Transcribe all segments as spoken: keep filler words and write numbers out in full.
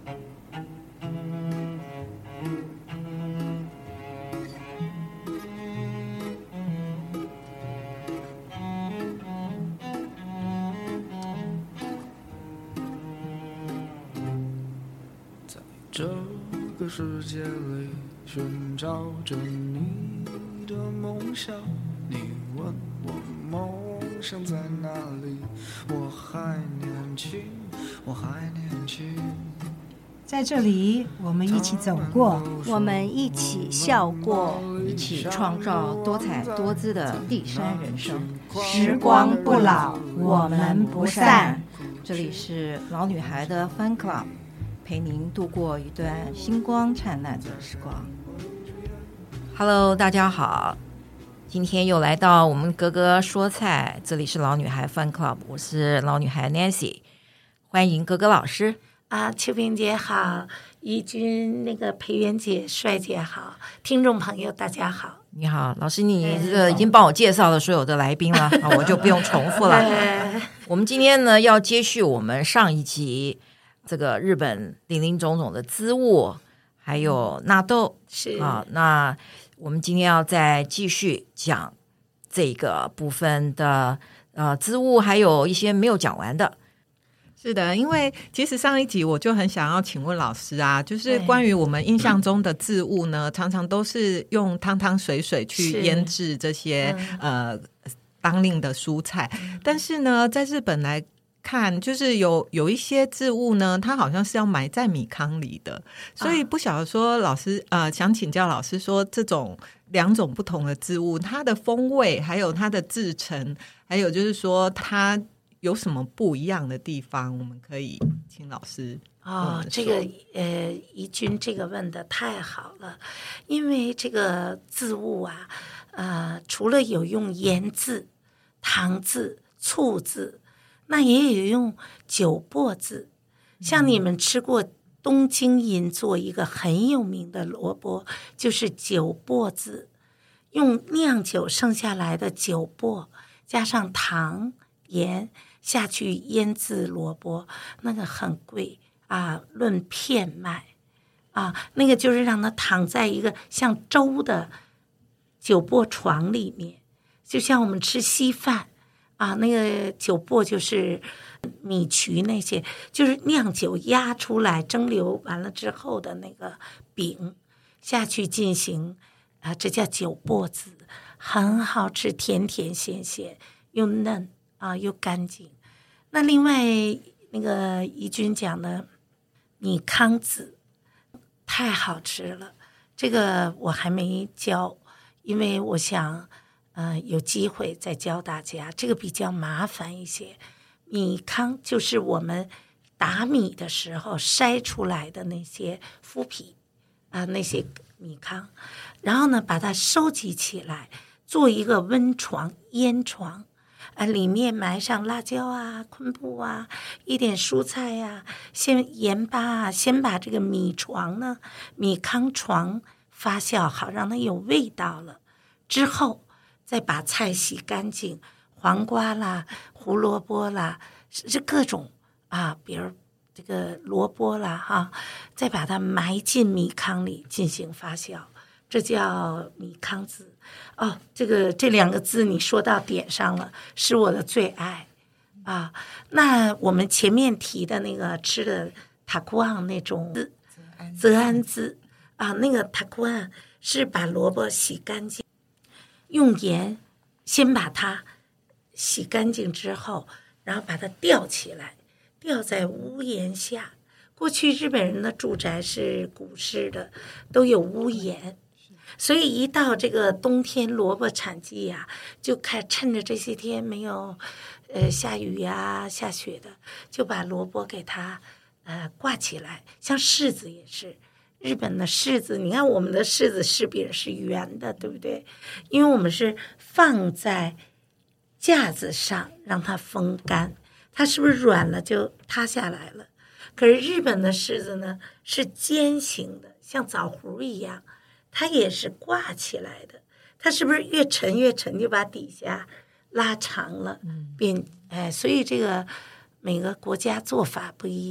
这个世界里寻找着你的梦想，你问我梦想在哪里，我还年轻，我还年轻。 在这里，我们一起走过， 我们一起笑过， 一起创造多彩多姿的第三人生。 时光不老，我们不散。 这里是老女孩的 Fun Club， 陪您度过一段星光灿烂的时光。Hello， 大家好，今天又来到我们格格说菜，这里是老女孩 Fun Club， 我是老女孩 Nancy， 欢迎格格老师。 啊，秋萍姐好，怡君那个裴元姐、帅姐好，听众朋友大家好。 你好，老师，你这个已经帮我介绍了所有的来宾了，我就不用重复了。我们今天呢要接续我们上一集这个日本林林总总的织物，还有纳豆是啊，那我们今天要再继续讲这个部分的呃织物，还有一些没有讲完的。 是的，因为其实上一集我就很想要请问老师啊，就是关于我们印象中的织物呢，常常都是用汤汤水水去腌制这些、嗯、呃当令的蔬菜，但是呢，在日本来看，就是有有一些织物呢，它好像是要埋在米糠里的，所以不晓得说老师呃，想请教老师说，这种两种不同的织物，它的风味，还有它的制成，还有就是说它有什么不一样的地方，我们可以请老师哦，这个呃，怡君这个问的太好了，因为这个织物啊，呃，除了有用盐渍、糖渍、醋渍，那也有用酒粕渍。像你们吃过东京银座一个很有名的萝卜，就是酒粕渍，用酿酒剩下来的酒粕加上糖、盐下去腌制萝卜，那个很贵啊，论片卖啊，那个就是让它躺在一个像粥的酒粕床里面，就像我们吃稀饭啊，那个酒粕就是米曲那些，就是酿酒压出来蒸馏完了之后的那个饼下去进行啊，这叫酒粕渍，很好吃，甜甜咸咸又嫩啊又干净。那另外那个怡君讲的米糠子太好吃了，这个我还没教，因为我想呃有机会再教大家，这个比较麻烦一些。米糠就是我们打米的时候筛出来的那些麸皮啊、呃，那些米糠，然后呢把它收集起来，做一个温床腌床。啊，里面埋上辣椒啊、昆布啊、一点蔬菜呀、啊，先盐巴啊，先把这个米床呢、米糠床发酵好，让它有味道了。之后再把菜洗干净，黄瓜啦、胡萝卜啦，是各种啊，比如这个萝卜啦哈，再把它埋进米糠里进行发酵，这叫米糠渍。哦，这个这两个字你说到点上了，是我的最爱啊。那我们前面提的那个吃的塔库昂那种泽安滋啊，那个塔库昂是把萝卜洗干净，用盐先把它洗干净之后，然后把它吊起来，吊在屋檐下。过去日本人的住宅是古式的，都有屋檐。所以一到这个冬天萝卜产季呀、啊，就开趁着这些天没有呃下雨呀、下雪的，就把萝卜给它呃挂起来。像柿子也是，日本的柿子，你看我们的柿子柿饼是圆的，对不对？因为我们是放在架子上让它风干，它是不是软了就塌下来了？可是日本的柿子呢是尖形的，像枣核一样。它也是挂起来的，它是不是越沉越沉就把底下拉长了，变哎，所以这个每个国家做法不一样，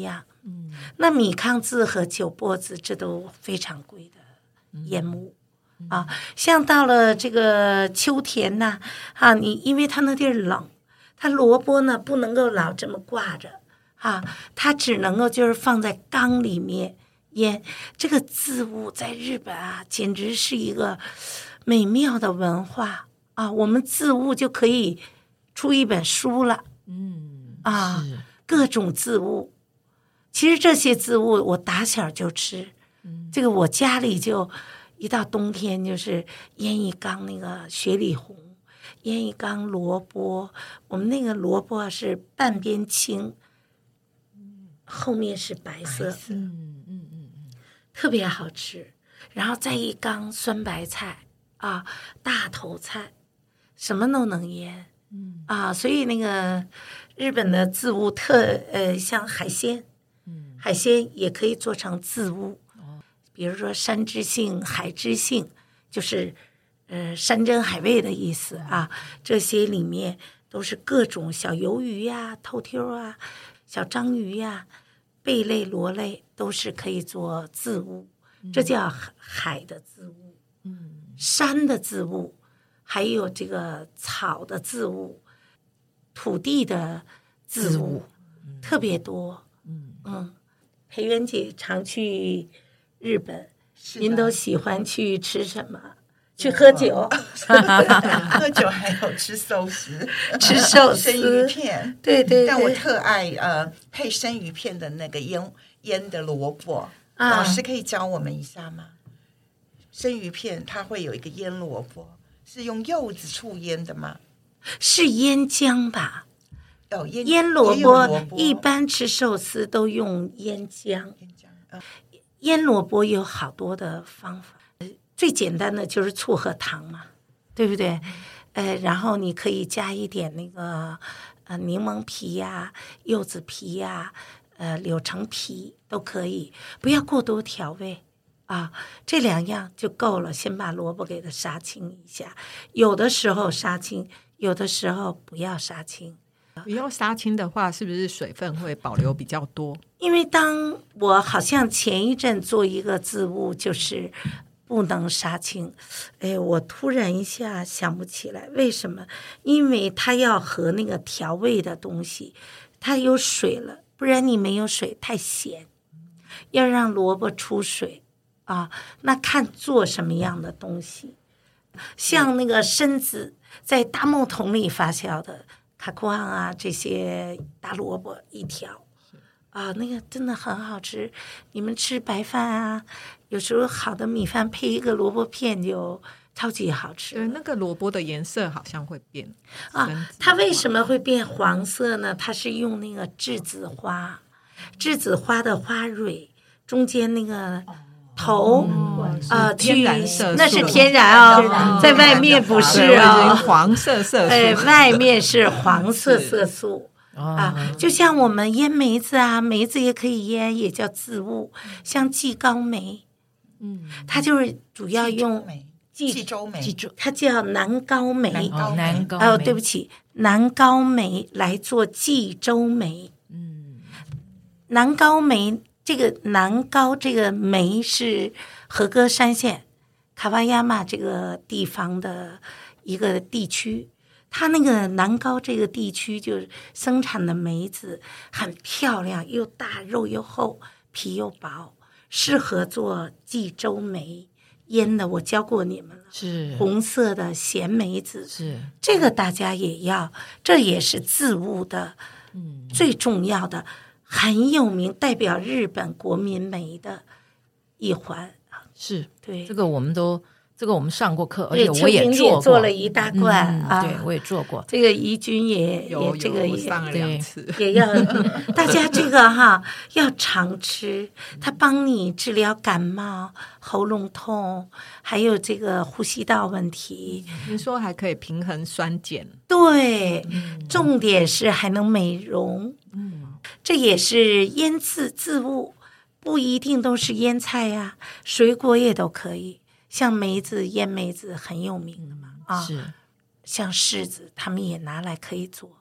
嗯，那米糠子和酒粕子这都非常贵的烟木。嗯、啊，像到了这个秋天呐，啊，你因为它那地儿冷，它萝卜呢不能够老这么挂着啊，它只能够就是放在缸里面腌。这个渍物在日本啊，简直是一个美妙的文化啊！我们渍物就可以出一本书了，嗯啊，各种渍物。其实这些渍物我打小就吃，嗯、这个我家里就。一到冬天就是腌一缸那个雪里红，腌一缸萝卜，我们那个萝卜是半边青，后面是白色，白色嗯嗯嗯，特别好吃。然后再一缸酸白菜啊，大头菜，什么都能腌，嗯啊，所以那个日本的渍物特呃像海鲜，嗯，海鲜也可以做成渍物。比如说山之幸、海之幸，就是呃山珍海味的意思啊。这些里面都是各种小鱿鱼呀、透屉啊、小章鱼呀、贝类、螺类都是可以做渍物，这叫海的渍物。嗯，山的渍物，还有这个草的渍物、土地的渍物，特别多。嗯嗯，裴元姐常去日本，您都喜欢去吃什么？去喝酒， 喝酒还有吃寿司， 吃寿司生鱼片， 对 对, 对。 但我特爱呃配生鱼片的那个腌腌的萝卜、啊，老师可以教我们一下吗？生鱼片它会有一个腌萝卜，是用柚子醋腌的吗？ 是腌姜吧？ 哦，腌腌萝卜一般吃寿司都用腌姜。 腌姜，嗯。 腌萝卜有好多的方法，最简单的就是醋和糖嘛，对不对？呃，然后你可以加一点那个呃柠檬皮呀、柚子皮呀、呃柳橙皮都可以，不要过多调味啊，这两样就够了。先把萝卜给它杀青一下，有的时候杀青，有的时候不要杀青。 不要杀青的话，是不是水分会保留比较多？ 因为当我好像前一阵做一个渍物，就是不能杀青，哎，我突然一下想不起来为什么，因为它要和那个调味的东西，它有水了，不然你没有水太咸，要让萝卜出水啊。那看做什么样的东西，像那个参子在大木桶里发酵的。卡库昂啊，这些大萝卜一条啊，那个真的很好吃。你们吃白饭啊，有时候好的米饭配一个萝卜片就超级好吃。 对，那个萝卜的颜色好像会变啊。它为什么会变黄色呢？它是用那个栀子花，栀子花的花蕊中间那个。头啊、呃，去那是天然哦，在外面不是哦， 黄色色素， 哎，外面是黄色色素啊，就像我们腌梅子啊，梅子也可以腌，也叫渍物，像季高梅，嗯，它就是主要用冀州梅， 它叫南高梅， 南高哦，对不起，南高梅来做冀州梅，嗯，南高梅。这个南高这个梅是和歌山县卡瓦亚马这个地方的一个地区，它那个南高这个地区就是生产的梅子很漂亮，又大，肉又厚，皮又薄，适合做冀州梅腌的。我教过你们了， 是红色的咸梅子， 是这个大家也要，这也是渍物的，嗯，最重要的。很有名，代表日本国民梅的一环。 是， 对， 这个我们都，这个我们上过课，而且我也做过， 做了一大罐、嗯、啊。 对，我也做过。 这个怡君也有也这个也上了两次， 也要大家这个哈要常吃，它帮你治疗感冒、喉咙痛，还有这个呼吸道问题。 您说还可以平衡酸碱， 对，嗯、重点是还能美容。嗯。这也是腌渍渍物，不一定都是腌菜呀、啊，水果也都可以。像梅子，腌梅子很有名的嘛，啊， 是。 像柿子，他们也拿来可以做。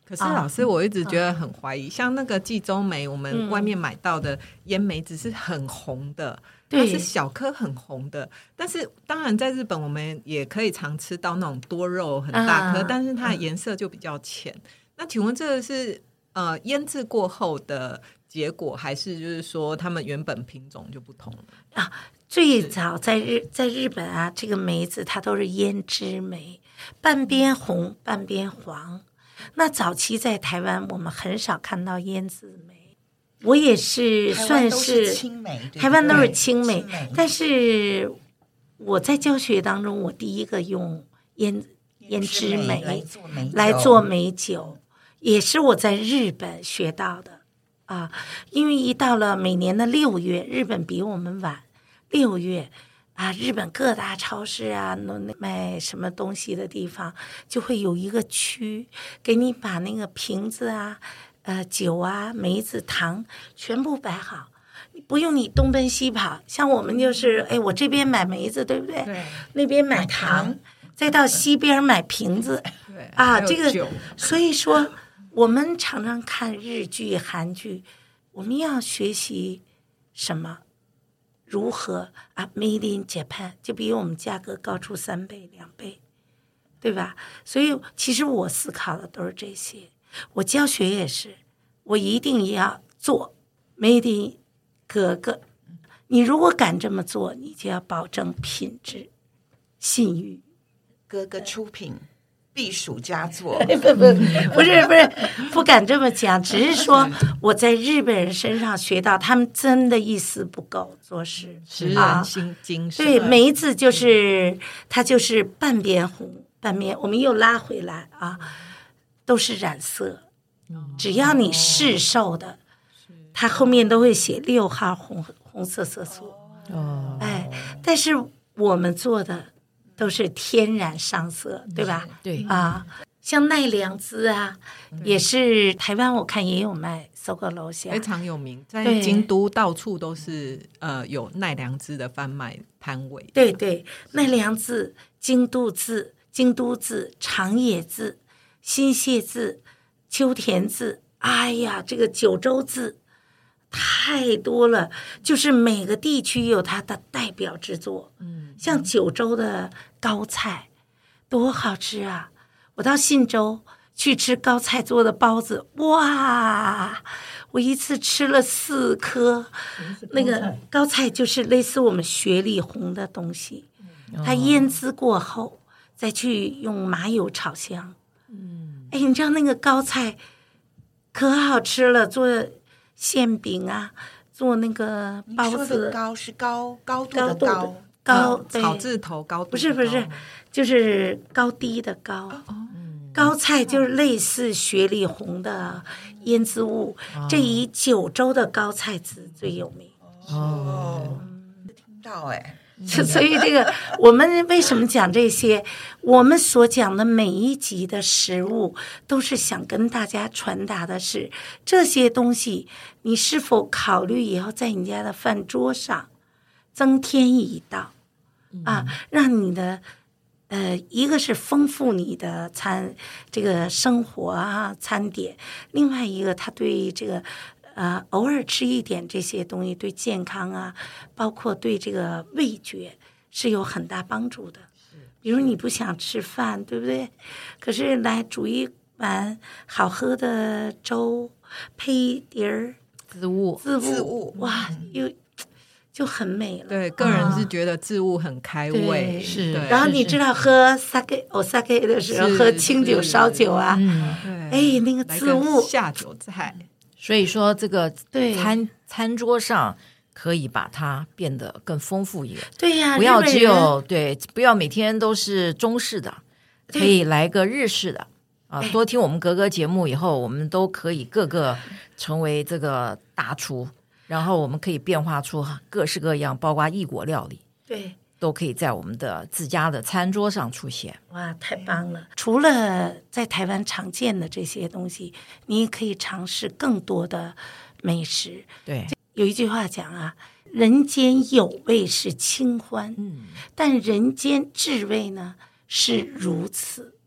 可是老师，我一直觉得很怀疑，啊、像那个冀州梅，我们外面买到的烟梅子是很红的，它是小颗很红的。但是当然在日本我们也可以常吃到那种多肉很大颗，啊、但是它的颜色就比较浅。嗯、那请问这个是呃腌制过后的结果，还是就是说他们原本品种就不同了啊？最早在日在日本啊，这个梅子它都是胭脂梅，半边红半边黄。那早期在台湾我们很少看到胭脂梅，我也是算是青梅， 台湾都是青梅，但是我在教学当中我第一个用胭胭脂梅来做梅来做梅酒，也是我在日本学到的啊。因为一到了每年的六月，日本比我们晚六月啊，日本各大超市啊，卖什么东西的地方就会有一个区，给你把那个瓶子啊、呃酒啊、梅子、糖全部摆好，不用你东奔西跑。像我们就是，哎，我这边买梅子，对不对？ 对。 那边买糖，再到西边买瓶子。 对。 啊，这个，所以说我们常常看日剧、韩剧，我们要学习什么？如何啊 ？Made in Japan 就比我们价格高出三倍、两倍，对吧？所以其实我思考的都是这些。我教学也是，我一定要做 Made in 格格。你如果敢这么做，你就要保证品质、信誉。 格格出品必属佳作。 不不不是不是不敢这么讲，只是说我在日本人身上学到，他们真的一丝不苟做事， 职人心精神。 对，梅子就是它就是半边红半边，我们又拉回来啊，都是染色，只要你市售的，它后面都会写六号红红色色素。哦，哎，但是我们做的都是天然上色，对吧？ 对啊，像奈良滋啊，也是台湾我看也有卖，搜狗楼下非常有名，在京都到处都是呃有奈良滋的贩卖摊位。 对对，奈良滋、京都滋、京都滋、长野滋、新泻滋、秋田滋，哎呀，这个九州滋太多了，就是每个地区有它的代表之作。嗯，像九州的高菜多好吃啊！我到信州去吃高菜做的包子，哇，我一次吃了四颗。那个高菜就是类似我们雪里红的东西，它腌制过后再去用麻油炒香。嗯，哎，你知道那个高菜可好吃了，做馅饼啊，做那个包子。 你说的高是高高度的高， 高高对草字头高度不是不是，就是高低的高。哦，高菜就是类似雪里红的腌制物，哦，这以九州的高菜籽最有名。 哦，听到哎。 所以这个我们为什么讲这些？我们所讲的每一集的食物，都是想跟大家传达的是这些东西，你是否考虑以后在你家的饭桌上增添一道啊，让你的呃，一个是丰富你的餐这个生活啊餐点，另外一个它对这个。呃，偶尔吃一点这些东西对健康啊，包括对这个味觉是有很大帮助的。比如你不想吃饭，对不对？可是来煮一碗好喝的粥，配一碟儿渍物， 渍物，哇，又就很美了。 对，个人是觉得渍物很开胃， 是。 然后你知道喝 sake osake 的时候，喝清酒、烧酒啊， 嗯， 哎，那个渍物下酒菜。 所以说，这个餐餐桌上可以把它变得更丰富一点。 对呀， 不要只有对，不要每天都是中式的，可以来个日式的啊！多听我们格格节目以后，我们都可以各个成为这个大厨，然后我们可以变化出各式各样，包括异国料理。 对。 都可以在我们的自家的餐桌上出现。 哇，太棒了！除了在台湾常见的这些东西，你也可以尝试更多的美食。 对， 有一句话讲啊，人间有味是清欢，嗯，但人间至味呢是如此。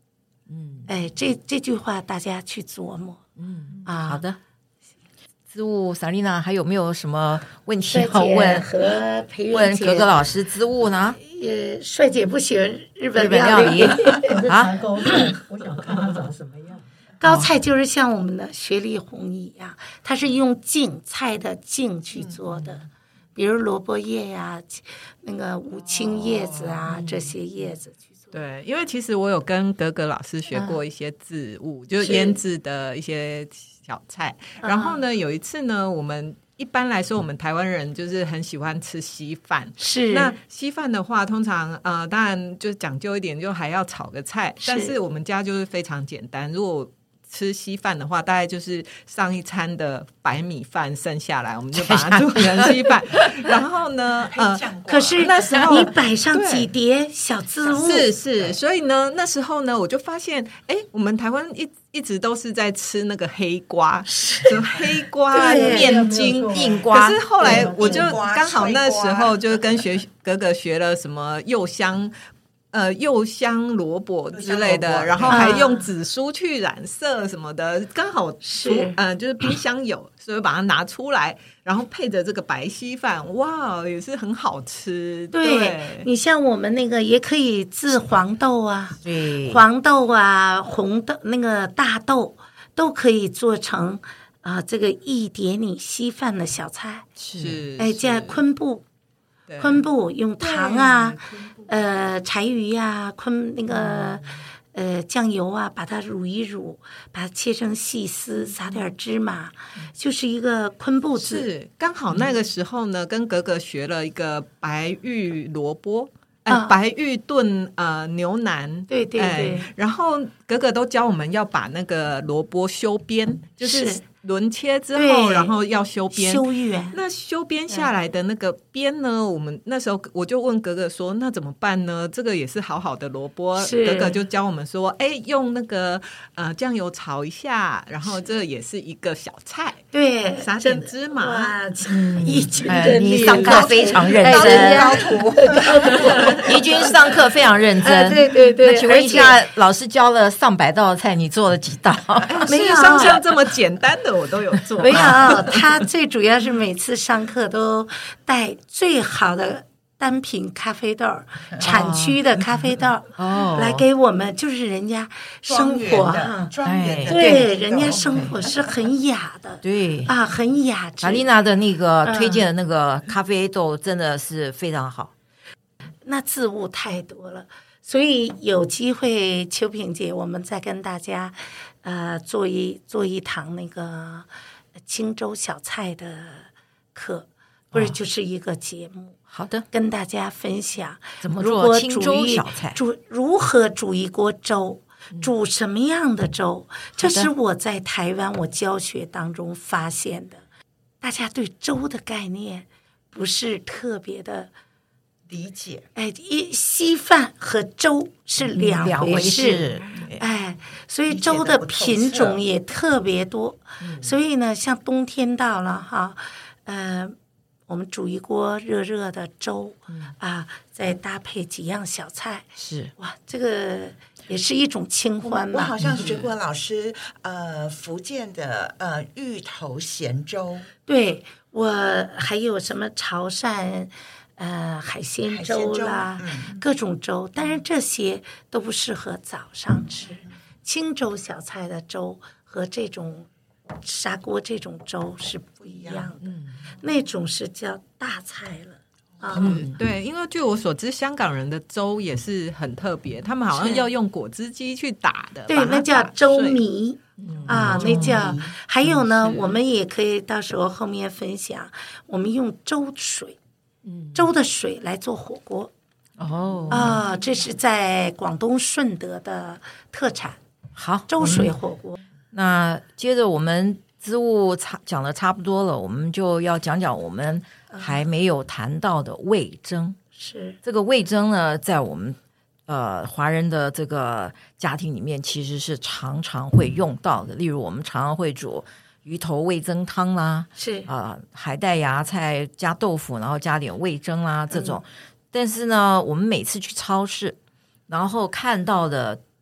嗯，哎，这这句话大家去琢磨。 嗯啊， 好的。资务萨丽娜还有没有什么问题要问和培问格格老师资务呢？ 呃，帅姐不喜欢日本料理啊，高菜，我想看它长什么样。 高菜就是像我们的雪里红一样，它是用茎菜的茎去做的，嗯、比如萝卜叶呀、那个五青叶子啊、哦、这些叶子去做。 对，因为其实我有跟格格老师学过一些渍物，嗯、就是腌制的一些小菜。然后呢，有一次呢，我们一般来说，我们台湾人就是很喜欢吃稀饭。 是， 那稀饭的话，通常呃，当然就讲究一点，就还要炒个菜。是，但是我们家就是非常简单，如果吃稀饭的话，大概就是上一餐的白米饭剩下来，我们就把它做成稀饭。然后呢，呃， 可是那时候你摆上几碟小渍物， 是是，所以呢，那时候呢，我就发现，哎，我们台湾一一直都是在吃那个黑瓜，就黑瓜、面筋、 硬瓜。 可是后来我就刚好那时候就跟学格格学了什么柚香。呃，柚香萝卜之类的，然后还用紫苏去染色什么的，刚好是呃，就是冰箱有，所以把它拿出来，然后配着这个白稀饭，哇，也是很好吃。 对， 对你像我们那个也可以制黄豆啊， 对， 黄豆啊，红豆那个大豆都可以做成啊、呃、这个一碟你稀饭的小菜。 是， 哎，叫昆布，昆布用糖啊。呃，柴鱼呀、啊，昆那个呃酱油啊，把它卤一卤，把它切成细丝，撒点芝麻，就是一个昆布子。 是，刚好那个时候呢，跟格格学了一个白玉萝卜。呃啊、白玉炖呃牛腩， 对对对、 哎，然后格格都教我们要把那个萝卜修边，就是轮切之后，然后要修边， 修圆。 那修边下来的那个边呢，我们那时候我就问格格说，那怎么办呢？这个也是好好的萝卜，格格就教我们说，哎，用那个呃酱油炒一下，然后这也是一个小菜， 对， 撒点芝麻。 嗯，怡君、 呃，你上课非常认真，高徒，怡君上课非常认真， 呃、对对对。 那请问一下，老师教了上百道菜，你做了几道？ 没有，上像这么简单的我都有做。 没有，他最主要是每次上课都带最好的单品咖啡豆，产区的咖啡豆哦， 来给我们，就是人家生活哈， 庄园的， 对，人家生活是很雅的， 对啊，很雅致。 玛丽娜的那个推荐的那个咖啡豆真的是非常好。 那字物太多了，所以有机会秋萍姐，我们再跟大家呃做一做一堂那个青州小菜的课，不是、哦、就是一个节目。 好的， 跟大家分享怎么做青州小菜， 煮如何煮一锅粥，煮什么样的粥，嗯、这是我在台湾我教学当中发现的。大家对粥的概念不是特别的理解， 哎，一稀饭和粥是两回事， 嗯、 哎，所以粥的品种也特别多。嗯、所以呢，像冬天到了哈，呃，我们煮一锅热热的粥、嗯、啊，再搭配几样小菜， 是哇，这个也是一种清欢嘛。 我好像学过老师，呃，福建的呃芋头咸粥， 对，我还有什么潮汕。呃，海鲜粥啦， 嗯、 各种粥，但是这些都不适合早上吃。嗯、青州小菜的粥和这种砂锅这种粥是不一样的，嗯、那种是叫大菜了。啊、 嗯，对，因为据我所知，香港人的粥也是很特别，他们好像要用果汁机去打的， 对，那叫粥糜。 嗯、 啊，那叫还有呢，我们也可以到时候后面分享，我们用粥水。粥的水来做火锅哦啊，这是在广东顺德的特产。 好， 粥水火锅。 嗯、那接着我们资务讲的差不多了，我们就要讲讲我们还没有谈到的味噌。 是这个味噌呢，在我们呃华人的这个家庭里面，其实是常常会用到的。例如，我们常常会煮鱼头味噌汤啦， 是啊、呃，海带芽菜加豆腐，然后加点味噌啦这种。嗯、但是呢，我们每次去超市，然后看到的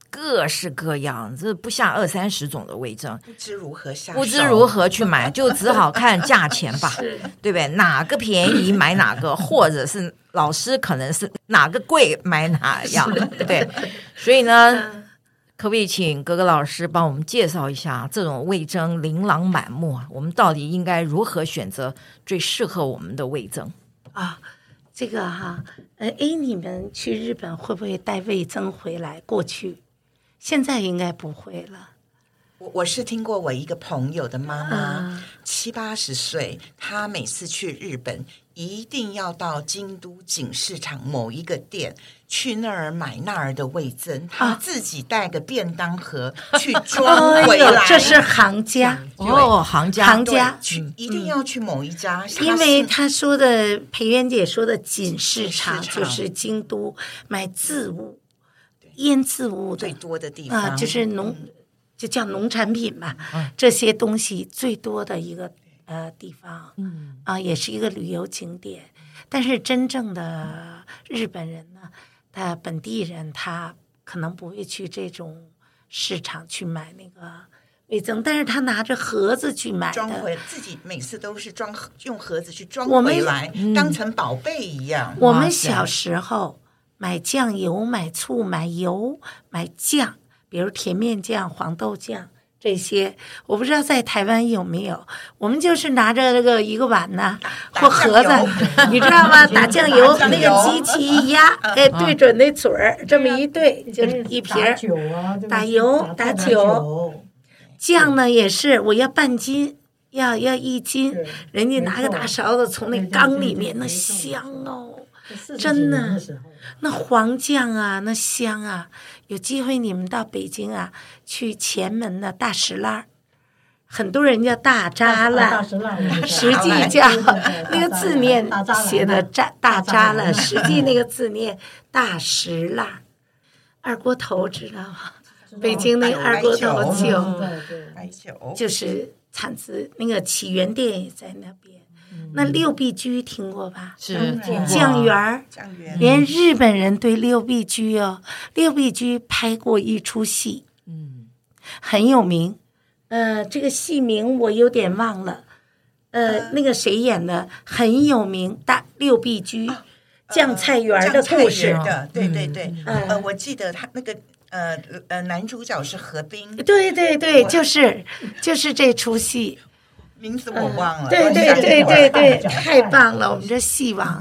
各式各样，这不下二三十种的味噌， 不知如何下手， 不知如何去买，就只好看价钱吧，对不对？哪个便宜买哪个，或者是老师可能是哪个贵买哪样，对不对？所以呢，可不可以请格格老师帮我们介绍一下这种味噌琳琅满目啊？我们到底应该如何选择最适合我们的味噌啊？这个哈，呃，哎，你们去日本会不会带味噌回来？过去，现在应该不会了。 我我是听过我一个朋友的妈妈、 嗯、 七八十岁，她每次去日本一定要到京都锦市场某一个店去那儿买那儿的味噌，她自己带个便当盒去装回来。 哦、这是行家哦，行家行家去一定要去某一家， 嗯、因为他说的裴元姐说的锦市场就是京都买渍物、腌渍物的最多的地方， 啊、就是农。嗯就叫农产品吧、嗯，这些东西最多的一个呃地方，嗯啊，也是一个旅游景点。但是真正的日本人呢，他本地人他可能不会去这种市场去买那个味噌，但是他拿着盒子去买的， 装回自己每次都是装用盒子去装回来，嗯、当成宝贝一样。 我们小时候买酱油、买醋、买油、买酱。比如甜面酱、黄豆酱这些，我不知道在台湾有没有。我们就是拿着这个一个碗呐、啊、或盒子，你知道吗？打酱油，那个机器一压，哎，对准那嘴儿，这么一对，就是一瓶儿。打油，打酒。酱呢也是，我要半斤，要要一斤，人家拿个大勺子从那缸里面，那香哦，真的。那黄酱啊，那香啊！有机会你们到北京啊，去前门的大石烂，很多人叫大栅栏，实际叫那个字念写的大大栅栏，实际那个字念大石烂。二锅头知道吗？北京那个二锅头酒，就是产自那个起源店也在那边。那六必居听过吧？ 是酱园儿，连日本人对六必居哦，六必居拍过一出戏，嗯，很有名。呃，这个戏名我有点忘了，呃，那个谁演的很有名，大六必居酱菜园的故事的，对对对，呃，我记得他那个呃呃男主角是何冰， 对对对，就是就是这出戏。 名字我忘了， 嗯、对对对对对，太棒了！我们这戏王，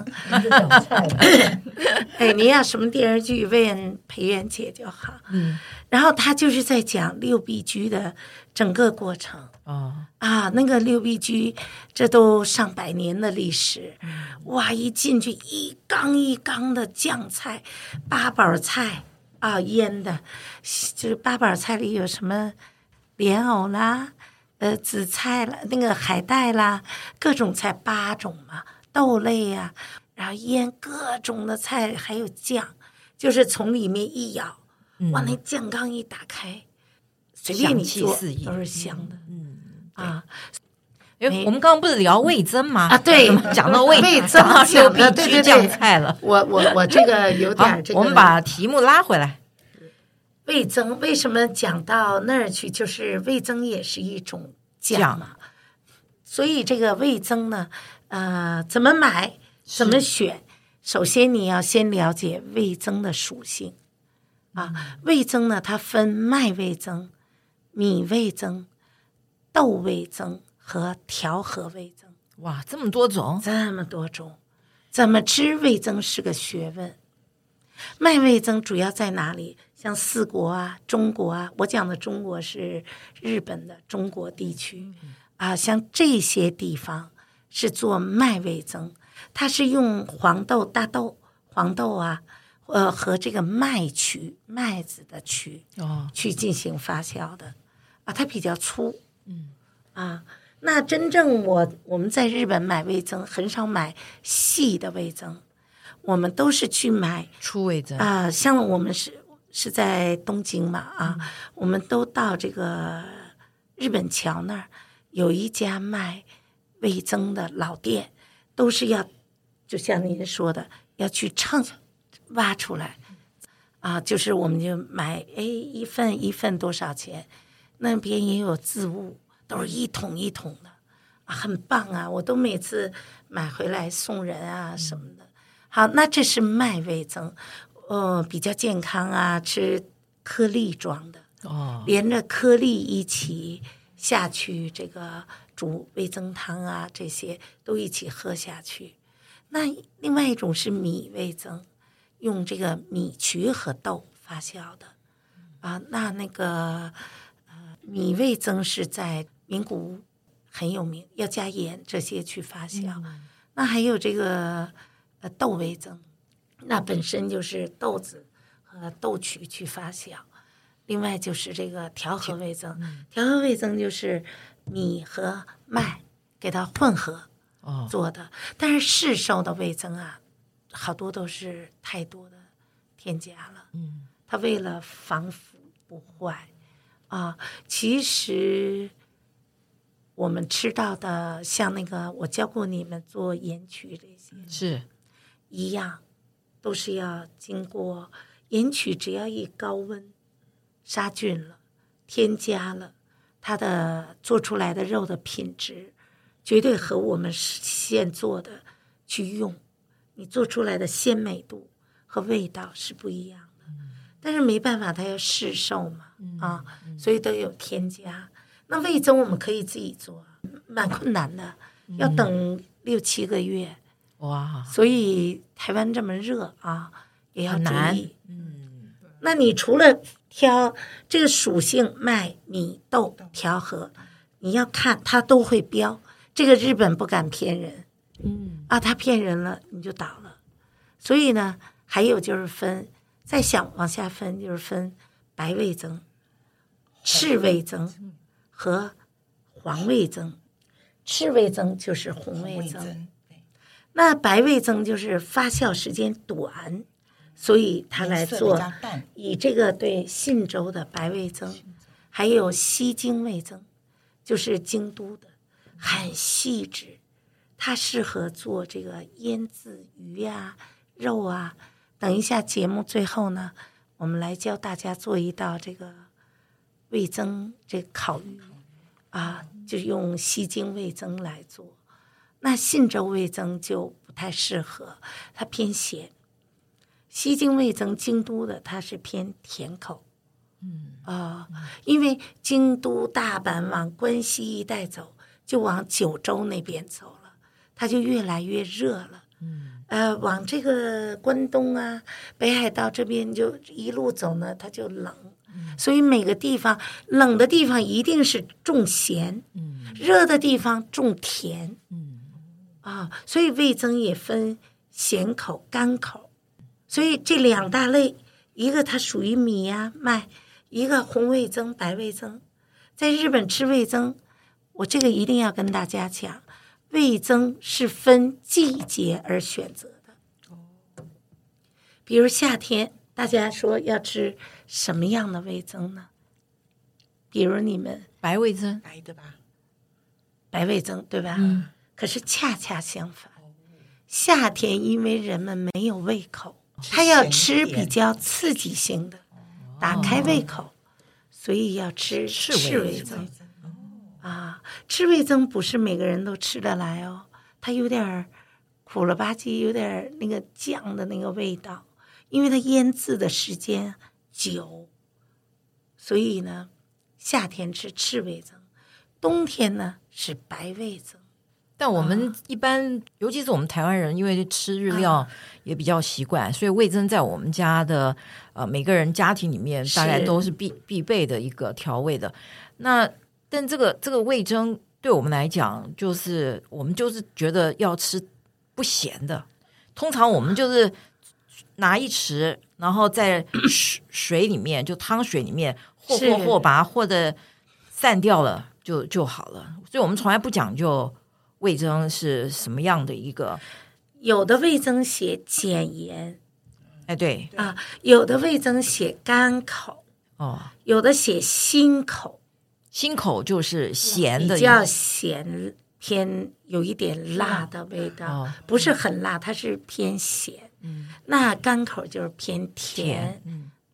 哎，您要什么电视剧问裴元姐就好。嗯，然后他就是在讲六必居的整个过程。哦，啊，那个六必居，这都上百年的历史。嗯、哇，一进去一缸一缸的酱菜，八宝菜啊腌的，就是八宝菜里有什么莲藕啦。呃，紫菜啦，那个海带啦，各种菜八种嘛，豆类呀、啊，然后腌各种的菜，还有酱，就是从里面一舀，嗯、哇，那酱缸一打开，随便你做都是香的，嗯啊。 因为我们刚刚不是聊味噌吗？ 啊，对， 讲到味味噌六必居酱菜了。 我我我这个有点这个。 我们把题目拉回来。 味噌为什么讲到那儿去？就是味噌也是一种酱嘛，所以这个味噌呢，呃，怎么买，怎么选？首先你要先了解味噌的属性啊。嗯、味噌呢，它分麦味噌、米味噌、豆味噌和调和味噌。 哇，这么多种， 这么多种，怎么吃味噌是个学问。麦味噌主要在哪里？像四国啊、中国啊，我讲的中国是日本的中国地区啊，像这些地方是做麦味噌，它是用黄豆、大豆、黄豆啊，呃和这个麦曲、麦子的曲哦去进行发酵的啊，它比较粗，嗯啊，那真正我我们在日本买味噌很少买细的味噌。我们都是去买粗味噌啊、呃，像我们是是在东京嘛啊，嗯、我们都到这个日本桥那儿有一家卖味噌的老店，都是要就像您说的要去称挖出来啊，就是我们就买，哎，一份一份多少钱？那边也有渍物，都是一桶一桶的，啊，很棒啊！我都每次买回来送人啊什么的。好，那这是麦味噌，呃，比较健康啊，吃颗粒状的，哦，连着颗粒一起下去，这个煮味噌汤啊，这些都一起喝下去。那另外一种是米味噌，用这个米曲和豆发酵的，啊，那那个呃米味噌是在名古屋很有名，要加盐这些去发酵。嗯、那还有这个呃豆味噌，那本身就是豆子和豆曲去发酵。另外就是这个调和味噌，嗯、调和味噌就是米和麦给它混合做的，哦、但是市售的味噌啊，好多都是太多的添加了。嗯，它为了防腐不坏啊，其实我们吃到的像那个我教过你们做盐曲这些是一样，都是要经过盐曲，只要一高温杀菌了，添加了，它的做出来的肉的品质绝对和我们现做的去用，你做出来的鲜美度和味道是不一样的。嗯、但是没办法，它要市售嘛，嗯、啊，嗯、所以都有添加。那味噌我们可以自己做，蛮困难的，嗯、要等六七个月。哇！所以台湾这么热啊，也要注意。嗯，那你除了挑这个属性麦米豆调和，你要看它都会标，这个日本不敢骗人，嗯啊，他骗人了你就倒了。所以呢，还有就是分，再想往下分就是分白味噌、赤味噌和黄味噌。赤味噌就是红味噌，那白味噌就是发酵时间短。所以他来做以这个对信州的白味噌，还有西京味噌，就是京都的，很细致，它适合做这个腌制鱼啊、肉啊。等一下节目最后呢，我们来教大家做一道这个味噌这个烤鱼啊，就用西京味噌来做。那信州味噌就不太适合，它偏咸。西京味噌京都的它是偏甜口，嗯啊、呃，因为京都大阪往关西一带走，就往九州那边走了，它就越来越热了，嗯呃，往这个关东啊北海道这边就一路走呢，它就冷，嗯、所以每个地方冷的地方一定是重咸，嗯，热的地方重甜，嗯啊，所以味噌也分咸口干口。所以这两大类，一个它属于米呀、啊、麦，一个红味噌、白味噌。在日本吃味噌，我这个一定要跟大家讲，味噌是分季节而选择的。比如夏天，大家说要吃什么样的味噌呢？比如你们白味噌， 白的吧， 白味噌对吧？嗯。可是恰恰相反，夏天因为人们没有胃口。他要吃比较刺激性的，打开胃口，哦、所以要吃赤味噌啊。赤味噌不是每个人都吃得来哦，它有点苦了吧唧，有点那个酱的那个味道，因为它腌制的时间久，所以呢，夏天吃赤味噌，冬天呢是白味噌。 但我们一般，啊、尤其是我们台湾人，因为吃日料也比较习惯，啊、所以味噌在我们家的呃每个人家庭里面大概都是必必备的一个调味的。那但这个这个味噌对我们来讲，就是我们就是觉得要吃不咸的。通常我们就是拿一匙，然后在水水里面，就汤水里面和和和把它和的散掉了就就好了。所以我们从来不讲究味噌是什么样的一个， 有的味噌写减盐， 哎对啊，有的味噌写甘口， 哦， 有的写辛口， 辛口就是咸的， 比较咸偏有一点辣的味道， 哦、 不是很辣，它是偏咸。嗯，那甘口就是偏甜，甜嗯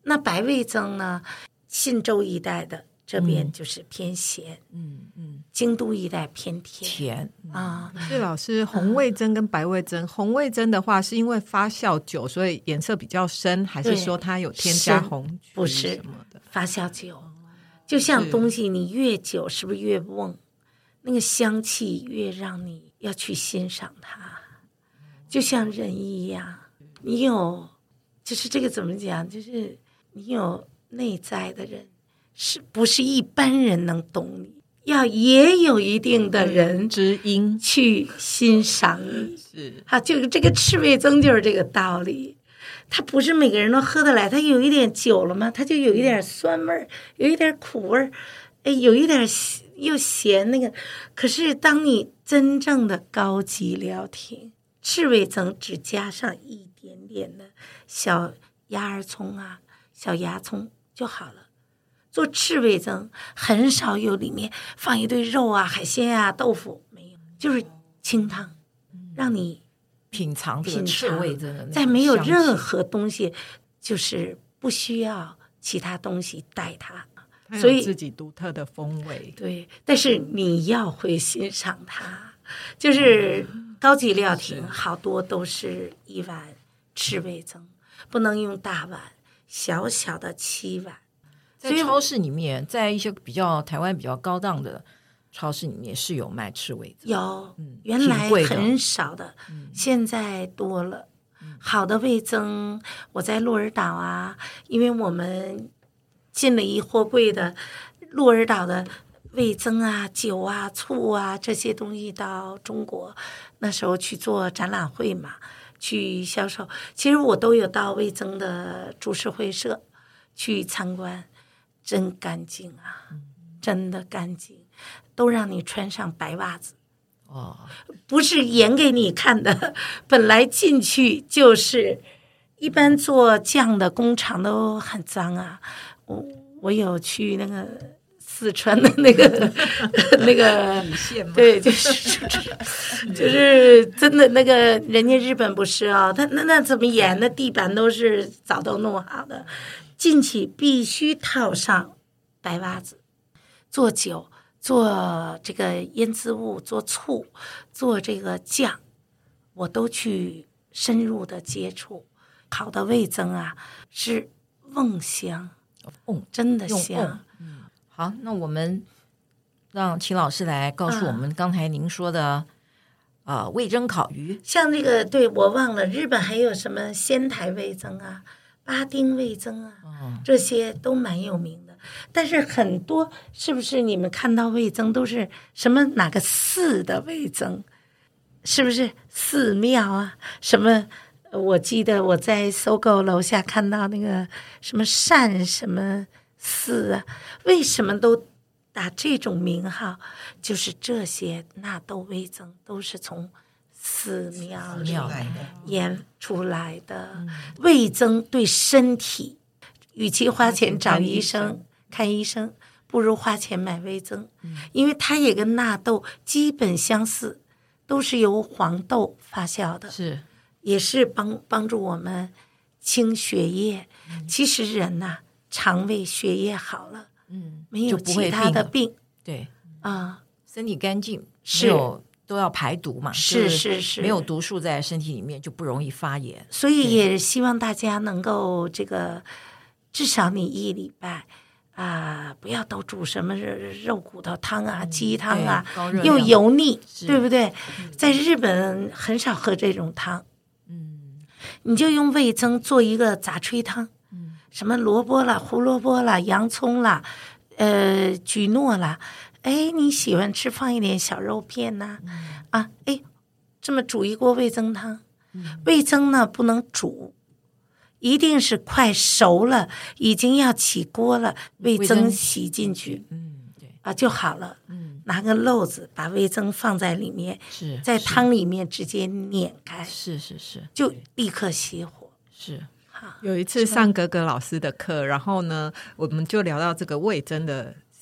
那白味噌呢，信州一带的这边就是偏咸， 嗯嗯， 京都一带偏甜甜啊。 是老师，红味噌跟白味噌，红味噌的话是因为发酵久，所以颜色比较深，还是说它有添加红曲不是什么的？ 发酵酒，就像东西你越久是不是越瓮，那个香气越让你要去欣赏它，就像人一样，你有就是这个怎么讲，就是你有内在的人，是不是一般人能懂你？要也有一定的人知音去欣赏你， 是好，就这个赤味噌就是这个道理。它不是每个人都喝得来，它有一点久了嘛，它就有一点酸味儿，有一点苦味儿，哎，有一点又咸那个。可是当你真正的高级料亭，赤味噌只加上一点点的小芽儿葱啊、小芽葱就好了。做赤味噌很少有里面放一堆肉啊、海鲜啊、豆腐，没有，就是清汤，让你品尝这个品赤尝味噌的， 在没有任何东西，就是不需要其他东西带它， 它所以有自己独特的风味。 对，但是你要会欣赏它，就是高级料亭好多都是一碗赤味噌，不能用大碗，小小的七碗。 在超市里面，在一些比较台湾比较高档的超市里面是有卖赤味噌， 有， 嗯原来挺贵的很少的， 嗯现在多了。好的味噌，我在鹿儿岛啊，因为我们进了一货柜的鹿儿岛的味噌啊、酒啊、醋啊这些东西到中国，那时候去做展览会嘛，去销售。其实我都有到味噌的株式会社去参观，真干净啊，真的干净，都让你穿上白袜子。 哦， 不是演给你看的，本来进去就是一般做酱的工厂都很脏啊。我我有去那个四川的那个那个，对，就是就是真的那个人家日本不是啊、哦，他那那怎么演？那地板都是早都弄好的，进去必须套上白袜子，做酒。做这个腌渍物，做醋，做这个酱，我都去深入的接触。好的味噌啊，是瓮香， 瓮真的用香。 瓮嗯，好，那我们让秦老师来告诉我们刚才您说的，啊、呃，味噌烤鱼。 像这个，对我忘了，日本还有什么仙台味噌啊、巴丁味噌啊， 哦、 这些都蛮有名的。但是很多是不是你们看到味噌都是什么哪个寺的味噌？是不是寺庙啊？什么？我记得我在搜狗楼下看到那个什么善什么寺啊，为什么都打这种名号？就是这些纳豆味噌都是从寺庙里研出来的。嗯、味噌对身体，与其花钱找医生。看医生不如花钱买味噌，嗯、因为它也跟纳豆基本相似，都是由黄豆发酵的， 是也是帮帮助我们清血液。嗯、其实人呐、啊，肠胃血液好了，嗯，没有其他的病， 病对啊、呃， 身体干净， 是没有都要排毒嘛， 是是是， 没有毒素在身体里面就不容易发炎。 所以也希望大家能够这个，至少你一礼拜。啊，不要都煮什么肉骨头汤啊、鸡汤啊，又油腻，对不对？在日本很少喝这种汤，嗯，你就用味噌做一个杂炊汤，嗯，什么萝卜啦、胡萝卜啦、洋葱啦，呃，菊诺啦，哎，你喜欢吃放一点小肉片呐、啊，嗯、啊，哎，这么煮一锅味噌汤，嗯、味噌呢不能煮。一定是快熟了，已经要起锅了，味噌洗进去， 嗯，对啊就好了。嗯，拿个漏子把味噌放在里面， 是在汤里面直接碾开， 是是是， 就立刻熄火。 是， 有一次上格格老师的课，然后呢，我们就聊到这个味噌的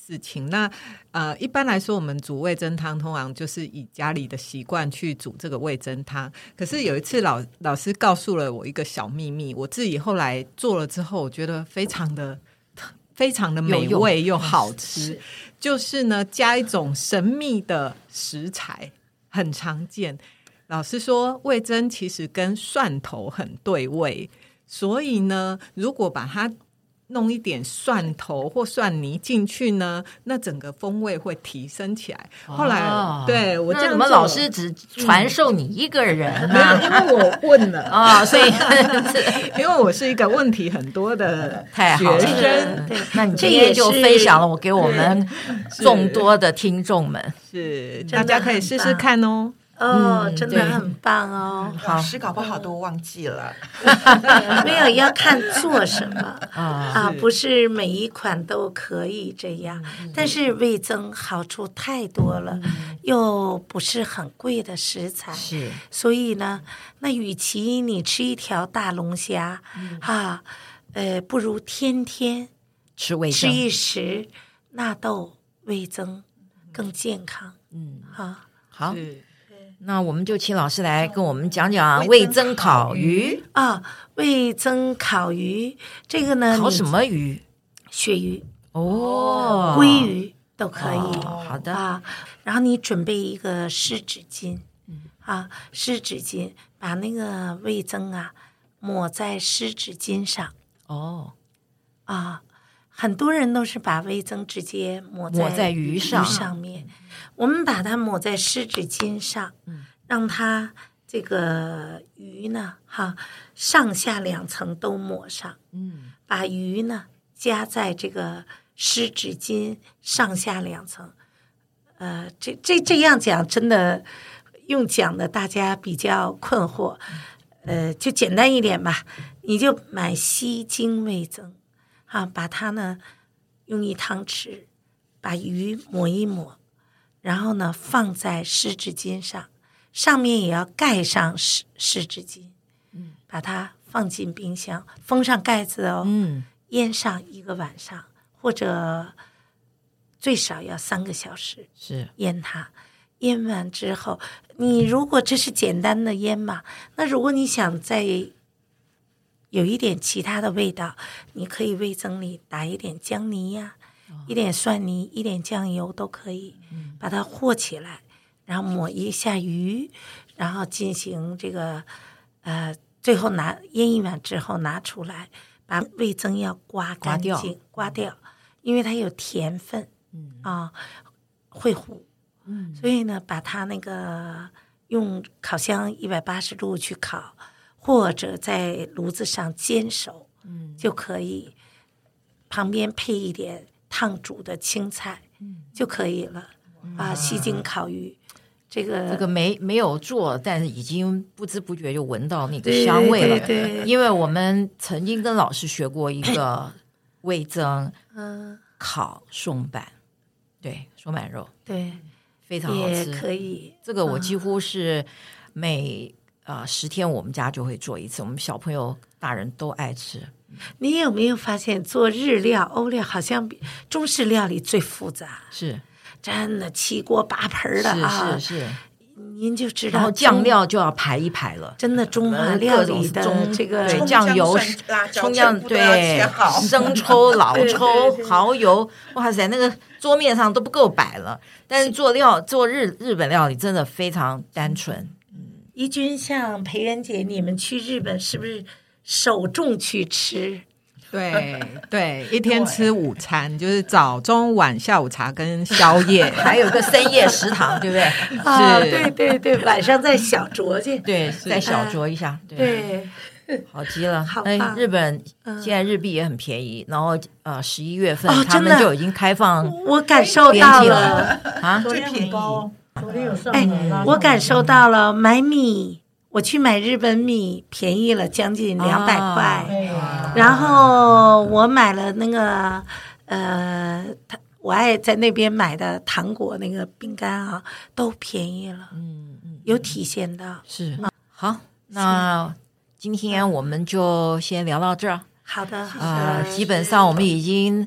事情。那呃，一般来说，我们煮味噌汤通常就是以家里的习惯去煮这个味噌汤。可是有一次老老师告诉了我一个小秘密，我自己后来做了之后，我觉得非常的非常的美味又好吃。就是呢，加一种神秘的食材，很常见。老师说，味噌其实跟蒜头很对味，所以呢，如果把它弄一点蒜头或蒜泥进去呢，那整个风味会提升起来。后来，哦、对我这样怎么老师只传授你一个人啊？ 因为我问了啊、哦，所以因为我是一个问题很多的学生， 对，那你今天就分享了我给我们众多的听众们， 是, 是大家可以试试看哦。 哦、嗯，真的很棒哦！ 老师搞不好都忘记了， 没有要看做什么啊, 啊，不是每一款都可以这样。嗯、但是味噌好处太多了，嗯、又不是很贵的食材， 是。 所以呢，那与其你吃一条大龙虾，嗯、啊，呃，不如天天吃味噌吃一食纳豆味噌更健康。嗯，啊， 好。那我们就请老师来跟我们讲讲味噌烤鱼啊，味噌烤鱼这个呢， 烤什么鱼？ 鳕鱼哦， 鲑鱼都可以。 哦、好的啊，然后你准备一个湿纸巾，嗯、啊，湿纸巾把那个味噌啊抹在湿纸巾上。 哦， 啊，很多人都是把味噌直接抹在抹在鱼上鱼上面。我们把它抹在湿纸巾上，嗯、让它这个鱼呢，哈，上下两层都抹上。嗯，把鱼呢夹在这个湿纸巾上下两层。呃，这这这样讲真的用讲的大家比较困惑。呃，就简单一点吧，你就买西京味噌，啊，把它呢用一汤匙把鱼抹一抹。然后呢，放在湿纸巾上，上面也要盖上湿湿纸巾，嗯，把它放进冰箱，封上盖子哦， 嗯， 腌上一个晚上，或者最少要三个小时， 是腌它。腌完之后，你如果这是简单的腌嘛，那如果你想再有一点其他的味道，你可以味噌里打一点姜泥呀、啊，一点蒜泥，一点酱油都可以，把它和起来，然后抹一下鱼，然后进行这个呃，最后拿腌一晚之后拿出来，把味噌要刮干净，刮掉，刮掉，因为它有甜分，嗯啊，会糊，嗯，所以呢，把它那个用烤箱一百八十度去烤，或者在炉子上煎熟，嗯，就可以，旁边配一点烫煮的青菜，嗯，就可以了。啊，西京烤鱼，这个这个没没有做，但是已经不知不觉就闻到那个香味了。 对对对， 因为我们曾经跟老师学过一个味噌，嗯，烤松板，对，松板肉， 对， 非常好吃， 也可以。 这个我几乎是每啊、呃、十天我们家就会做一次，我们小朋友、大人都爱吃。 你有没有发现做日料、欧料好像比中式料理最复杂？ 是。 真的七锅八盆的啊，是是是， 您就知道， 然后酱料就要排一排了。 真的中华料理的这个对酱油、葱姜对生抽、老抽、蚝油，哇塞，那个桌面上都不够摆了。但是做料做日日本料理真的非常单纯。 嗯，怡君，像培元姐，你们去日本是不是首重去吃？ 对对，一天吃午餐，就是早中晚下午茶跟宵夜， 还有个深夜食堂，对不对？ 啊，对对对，晚上再小酌去， 对，再小酌一下， 对， 对好极了。 好哎，日本现在日币也很便宜，然后呃十一月份、 哦、 他们就已经开放， 我感受到了啊， 最便宜，昨天有上哎，我感受到了买米。我去买日本米便宜了将近两百块，哦，然后我买了那个呃，我爱在那边买的糖果那个饼干啊，都便宜了，嗯嗯，有体现到是、嗯、好。那今天我们就先聊到这儿。 好的，好的， 呃，基本上我们已经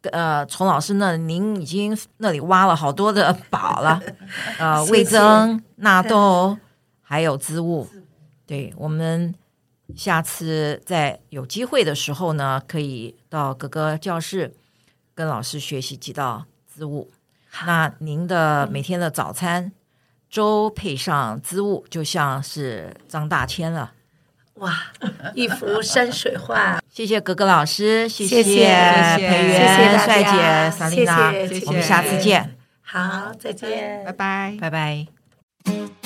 呃，从老师那您已经那里挖了好多的宝了，呃，味增、纳豆还有滋物。对，我们下次在有机会的时候呢，可以到哥哥教室跟老师学习几道滋物。那您的每天的早餐粥配上滋物，就像是张大千了。 哇，一幅山水画。 谢谢格格老师，谢谢谢培元、帅姐、萨丽娜， 谢谢， 我们下次见。 好，再见， 拜拜， 拜拜。